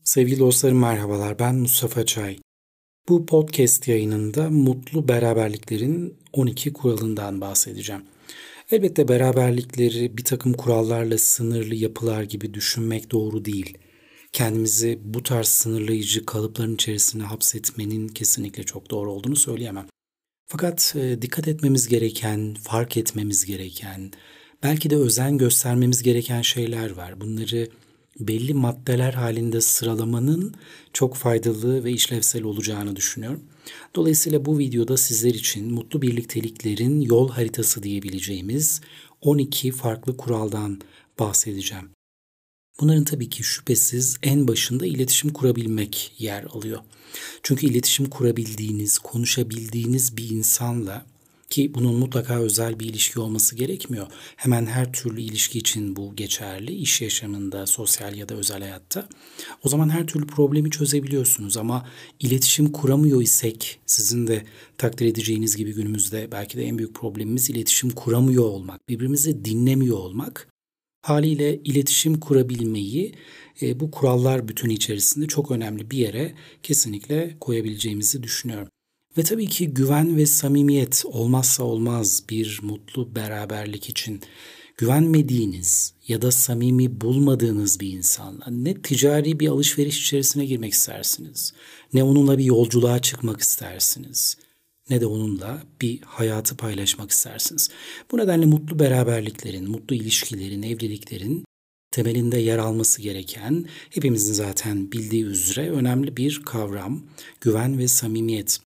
Sevgili dostlarım merhabalar, ben Mustafa Çay. Bu podcast yayınında mutlu beraberliklerin 12 kuralından bahsedeceğim. Elbette beraberlikleri bir takım kurallarla sınırlı yapılar gibi düşünmek doğru değil. Kendimizi bu tarz sınırlayıcı kalıpların içerisine hapsetmenin kesinlikle çok doğru olduğunu söyleyemem. Fakat dikkat etmemiz gereken, fark etmemiz gereken, belki de özen göstermemiz gereken şeyler var. Bunları belli maddeler halinde sıralamanın çok faydalı ve işlevsel olacağını düşünüyorum. Dolayısıyla bu videoda sizler için mutlu birlikteliklerin yol haritası diyebileceğimiz 12 farklı kuraldan bahsedeceğim. Bunların tabii ki şüphesiz en başında iletişim kurabilmek yer alıyor. Çünkü iletişim kurabildiğiniz, konuşabildiğiniz bir insanla, ki bunun mutlaka özel bir ilişki olması gerekmiyor. Hemen her türlü ilişki için bu geçerli. İş yaşamında, sosyal ya da özel hayatta. O zaman her türlü problemi çözebiliyorsunuz ama iletişim kuramıyor isek, sizin de takdir edeceğiniz gibi günümüzde belki de en büyük problemimiz iletişim kuramıyor olmak, birbirimizi dinlemiyor olmak. Haliyle iletişim kurabilmeyi bu kurallar bütünü içerisinde çok önemli bir yere kesinlikle koyabileceğimizi düşünüyorum. Ve tabii ki güven ve samimiyet olmazsa olmaz bir mutlu beraberlik için. Güvenmediğiniz ya da samimi bulmadığınız bir insanla ne ticari bir alışveriş içerisine girmek istersiniz, ne onunla bir yolculuğa çıkmak istersiniz, ne de onunla bir hayatı paylaşmak istersiniz. Bu nedenle mutlu beraberliklerin, mutlu ilişkilerin, evliliklerin temelinde yer alması gereken, hepimizin zaten bildiği üzere önemli bir kavram, güven ve samimiyet.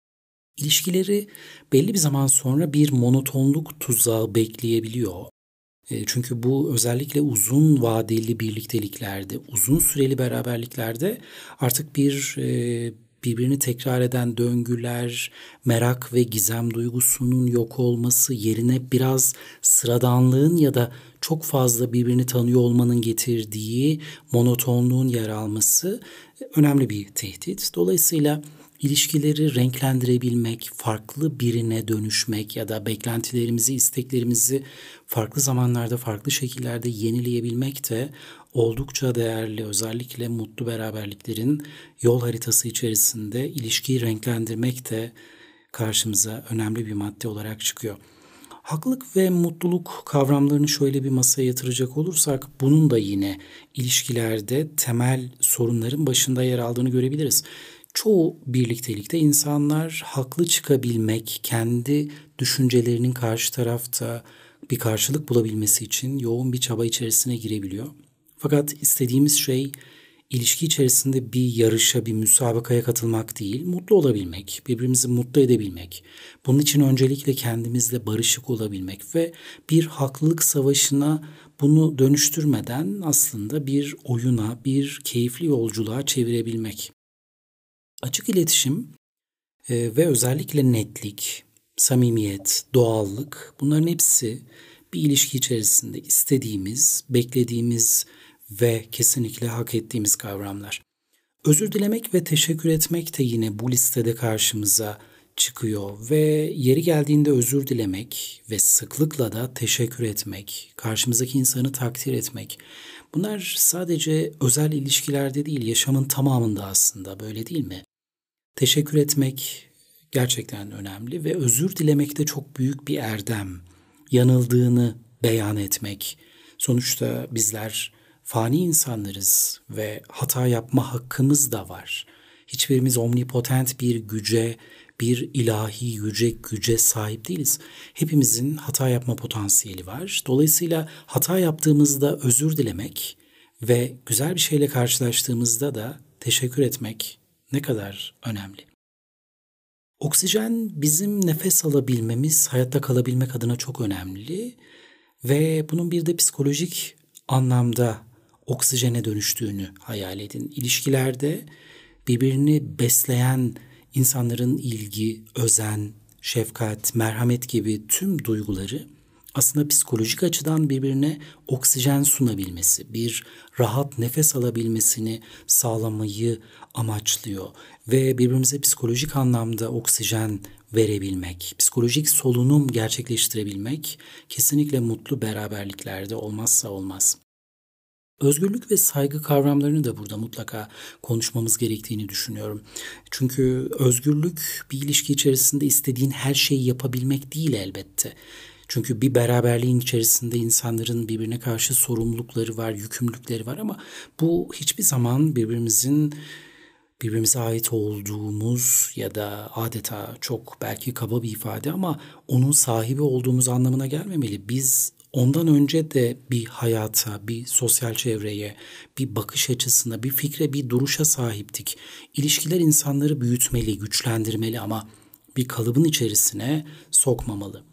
İlişkileri belli bir zaman sonra bir monotonluk tuzağı bekleyebiliyor. Çünkü bu özellikle uzun vadeli birlikteliklerde, uzun süreli beraberliklerde artık birbirini tekrar eden döngüler, merak ve gizem duygusunun yok olması yerine biraz sıradanlığın ya da çok fazla birbirini tanıyor olmanın getirdiği monotonluğun yer alması önemli bir tehdit. Dolayısıyla İlişkileri renklendirebilmek, farklı birine dönüşmek ya da beklentilerimizi, isteklerimizi farklı zamanlarda, farklı şekillerde yenileyebilmek de oldukça değerli. Özellikle mutlu beraberliklerin yol haritası içerisinde ilişkiyi renklendirmek de karşımıza önemli bir madde olarak çıkıyor. Haklılık ve mutluluk kavramlarını şöyle bir masaya yatıracak olursak bunun da yine ilişkilerde temel sorunların başında yer aldığını görebiliriz. Çoğu birliktelikte insanlar haklı çıkabilmek, kendi düşüncelerinin karşı tarafta bir karşılık bulabilmesi için yoğun bir çaba içerisine girebiliyor. Fakat istediğimiz şey ilişki içerisinde bir yarışa, bir müsabakaya katılmak değil, mutlu olabilmek, birbirimizi mutlu edebilmek. Bunun için öncelikle kendimizle barışık olabilmek ve bir haklılık savaşına bunu dönüştürmeden aslında bir oyuna, bir keyifli yolculuğa çevirebilmek. Açık iletişim ve özellikle netlik, samimiyet, doğallık bunların hepsi bir ilişki içerisinde istediğimiz, beklediğimiz ve kesinlikle hak ettiğimiz kavramlar. Özür dilemek ve teşekkür etmek de yine bu listede karşımıza çıkıyor ve yeri geldiğinde özür dilemek ve sıklıkla da teşekkür etmek, karşımızdaki insanı takdir etmek. Bunlar sadece özel ilişkilerde değil, yaşamın tamamında aslında böyle değil mi? Teşekkür etmek gerçekten önemli ve özür dilemek de çok büyük bir erdem. Yanıldığını beyan etmek. Sonuçta bizler fani insanlarız ve hata yapma hakkımız da var. Hiçbirimiz omnipotent bir güce, bir ilahi yüce güce sahip değiliz. Hepimizin hata yapma potansiyeli var. Dolayısıyla hata yaptığımızda özür dilemek ve güzel bir şeyle karşılaştığımızda da teşekkür etmek ne kadar önemli. Oksijen bizim nefes alabilmemiz, hayatta kalabilmek adına çok önemli ve bunun bir de psikolojik anlamda oksijene dönüştüğünü hayal edin. İlişkilerde birbirini besleyen insanların ilgi, özen, şefkat, merhamet gibi tüm duyguları aslında psikolojik açıdan birbirine oksijen sunabilmesi, bir rahat nefes alabilmesini sağlamayı amaçlıyor ve birbirimize psikolojik anlamda oksijen verebilmek, psikolojik solunum gerçekleştirebilmek kesinlikle mutlu beraberliklerde olmazsa olmaz. Özgürlük ve saygı kavramlarını da burada mutlaka konuşmamız gerektiğini düşünüyorum. Çünkü özgürlük bir ilişki içerisinde istediğin her şeyi yapabilmek değil elbette. Çünkü bir beraberliğin içerisinde insanların birbirine karşı sorumlulukları var, yükümlülükleri var ama bu hiçbir zaman birbirimize ait olduğumuz ya da adeta çok belki kaba bir ifade ama onun sahibi olduğumuz anlamına gelmemeli. Biz ondan önce de bir hayata, bir sosyal çevreye, bir bakış açısına, bir fikre, bir duruşa sahiptik. İlişkiler insanları büyütmeli, güçlendirmeli ama bir kalıbın içerisine sokmamalı.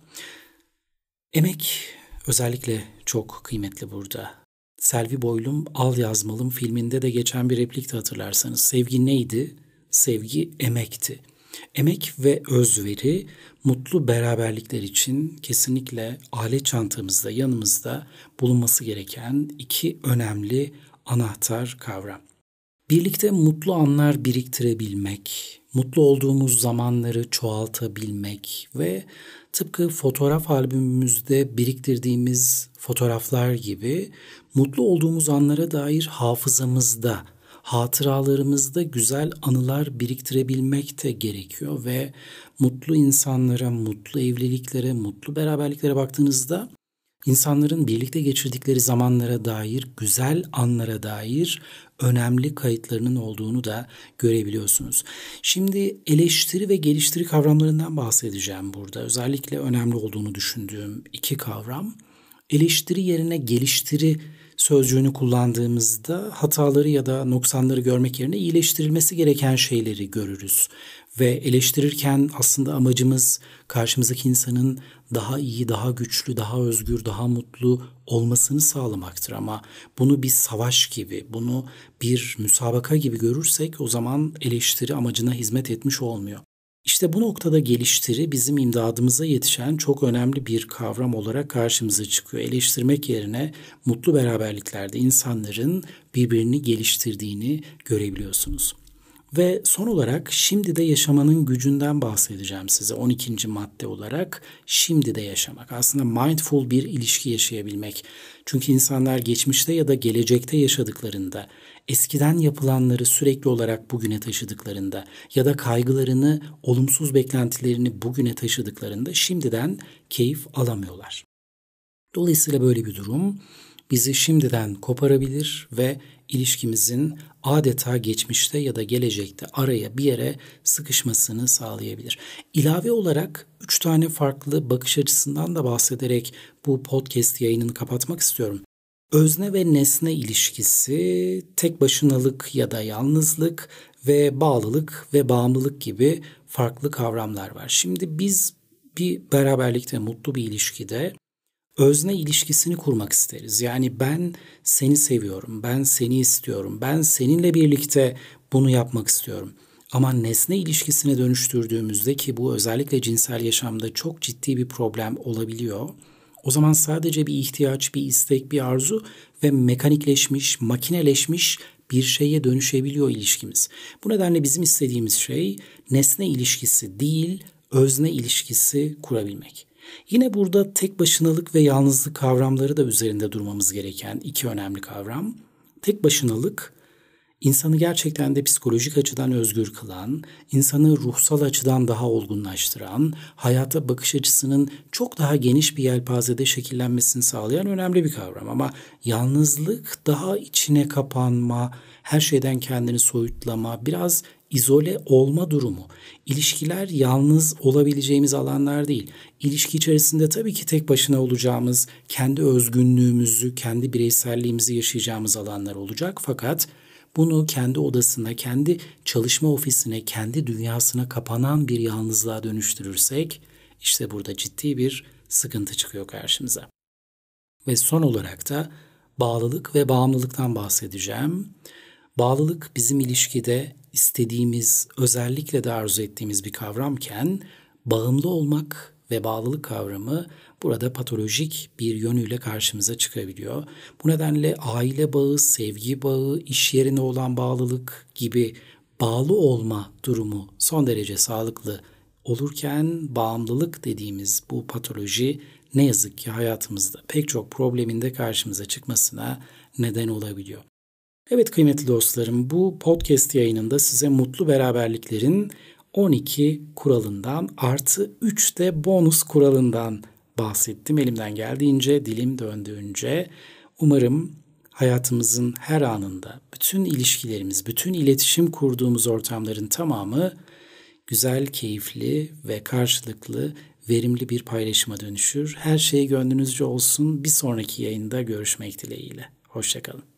Emek özellikle çok kıymetli burada. Selvi Boylum Al Yazmalım filminde de geçen bir replik de hatırlarsanız. Sevgi neydi? Sevgi emekti. Emek ve özveri mutlu beraberlikler için kesinlikle alet çantamızda, yanımızda bulunması gereken iki önemli anahtar kavram. Birlikte mutlu anlar biriktirebilmek, mutlu olduğumuz zamanları çoğaltabilmek ve tıpkı fotoğraf albümümüzde biriktirdiğimiz fotoğraflar gibi mutlu olduğumuz anlara dair hafızamızda, hatıralarımızda güzel anılar biriktirebilmek de gerekiyor ve mutlu insanlara, mutlu evliliklere, mutlu beraberliklere baktığınızda İnsanların birlikte geçirdikleri zamanlara dair, güzel anlara dair önemli kayıtlarının olduğunu da görebiliyorsunuz. Şimdi eleştiri ve geliştiri kavramlarından bahsedeceğim burada. Özellikle önemli olduğunu düşündüğüm iki kavram. Eleştiri yerine geliştiri sözcüğünü kullandığımızda hataları ya da noksanları görmek yerine iyileştirilmesi gereken şeyleri görürüz. Ve eleştirirken aslında amacımız karşımızdaki insanın daha iyi, daha güçlü, daha özgür, daha mutlu olmasını sağlamaktır. Ama bunu bir savaş gibi, bunu bir müsabaka gibi görürsek o zaman eleştiri amacına hizmet etmiş olmuyor. İşte bu noktada geliştiri bizim imdadımıza yetişen çok önemli bir kavram olarak karşımıza çıkıyor. Eleştirmek yerine mutlu beraberliklerde insanların birbirini geliştirdiğini görebiliyorsunuz. Ve son olarak şimdi de yaşamanın gücünden bahsedeceğim size 12. madde olarak şimdi de yaşamak. Aslında mindful bir ilişki yaşayabilmek. Çünkü insanlar geçmişte ya da gelecekte yaşadıklarında, eskiden yapılanları sürekli olarak bugüne taşıdıklarında ya da kaygılarını, olumsuz beklentilerini bugüne taşıdıklarında şimdiden keyif alamıyorlar. Dolayısıyla böyle bir durum bizi şimdiden koparabilir ve ilişkimizin adeta geçmişte ya da gelecekte araya bir yere sıkışmasını sağlayabilir. İlave olarak 3 tane farklı bakış açısından da bahsederek bu podcast yayınını kapatmak istiyorum. Özne ve nesne ilişkisi, tek başınalık ya da yalnızlık ve bağlılık ve bağımlılık gibi farklı kavramlar var. Şimdi biz bir beraberlikte, mutlu bir ilişkide özne ilişkisini kurmak isteriz. Yani ben seni seviyorum, ben seni istiyorum, ben seninle birlikte bunu yapmak istiyorum. Ama nesne ilişkisine dönüştürdüğümüzde ki bu özellikle cinsel yaşamda çok ciddi bir problem olabiliyor. O zaman sadece bir ihtiyaç, bir istek, bir arzu ve mekanikleşmiş, makineleşmiş bir şeye dönüşebiliyor ilişkimiz. Bu nedenle bizim istediğimiz şey nesne ilişkisi değil, özne ilişkisi kurabilmek. Yine burada tek başınalık ve yalnızlık kavramları da üzerinde durmamız gereken iki önemli kavram. Tek başınalık, insanı gerçekten de psikolojik açıdan özgür kılan, insanı ruhsal açıdan daha olgunlaştıran, hayata bakış açısının çok daha geniş bir yelpazede şekillenmesini sağlayan önemli bir kavram. Ama yalnızlık daha içine kapanma, her şeyden kendini soyutlama, biraz izole olma durumu. İlişkiler yalnız olabileceğimiz alanlar değil. İlişki içerisinde tabii ki tek başına olacağımız, kendi özgünlüğümüzü, kendi bireyselliğimizi yaşayacağımız alanlar olacak. Fakat bunu kendi odasına, kendi çalışma ofisine, kendi dünyasına kapanan bir yalnızlığa dönüştürürsek işte burada ciddi bir sıkıntı çıkıyor karşımıza. Ve son olarak da bağlılık ve bağımlılıktan bahsedeceğim. Bağlılık bizim ilişkide istediğimiz, özellikle de arzu ettiğimiz bir kavramken bağımlı olmak ve bağlılık kavramı burada patolojik bir yönüyle karşımıza çıkabiliyor. Bu nedenle aile bağı, sevgi bağı, iş yerine olan bağlılık gibi bağlı olma durumu son derece sağlıklı olurken bağımlılık dediğimiz bu patoloji ne yazık ki hayatımızda pek çok problemin de karşımıza çıkmasına neden olabiliyor. Evet kıymetli dostlarım, bu podcast yayınında size mutlu beraberliklerin 12 kuralından artı 3 de bonus kuralından bahsettim. Elimden geldiğince, dilim döndüğünce. Umarım hayatımızın her anında, bütün ilişkilerimiz, bütün iletişim kurduğumuz ortamların tamamı güzel, keyifli ve karşılıklı, verimli bir paylaşıma dönüşür. Her şey gönlünüzce olsun. Bir sonraki yayında görüşmek dileğiyle. Hoşça kalın.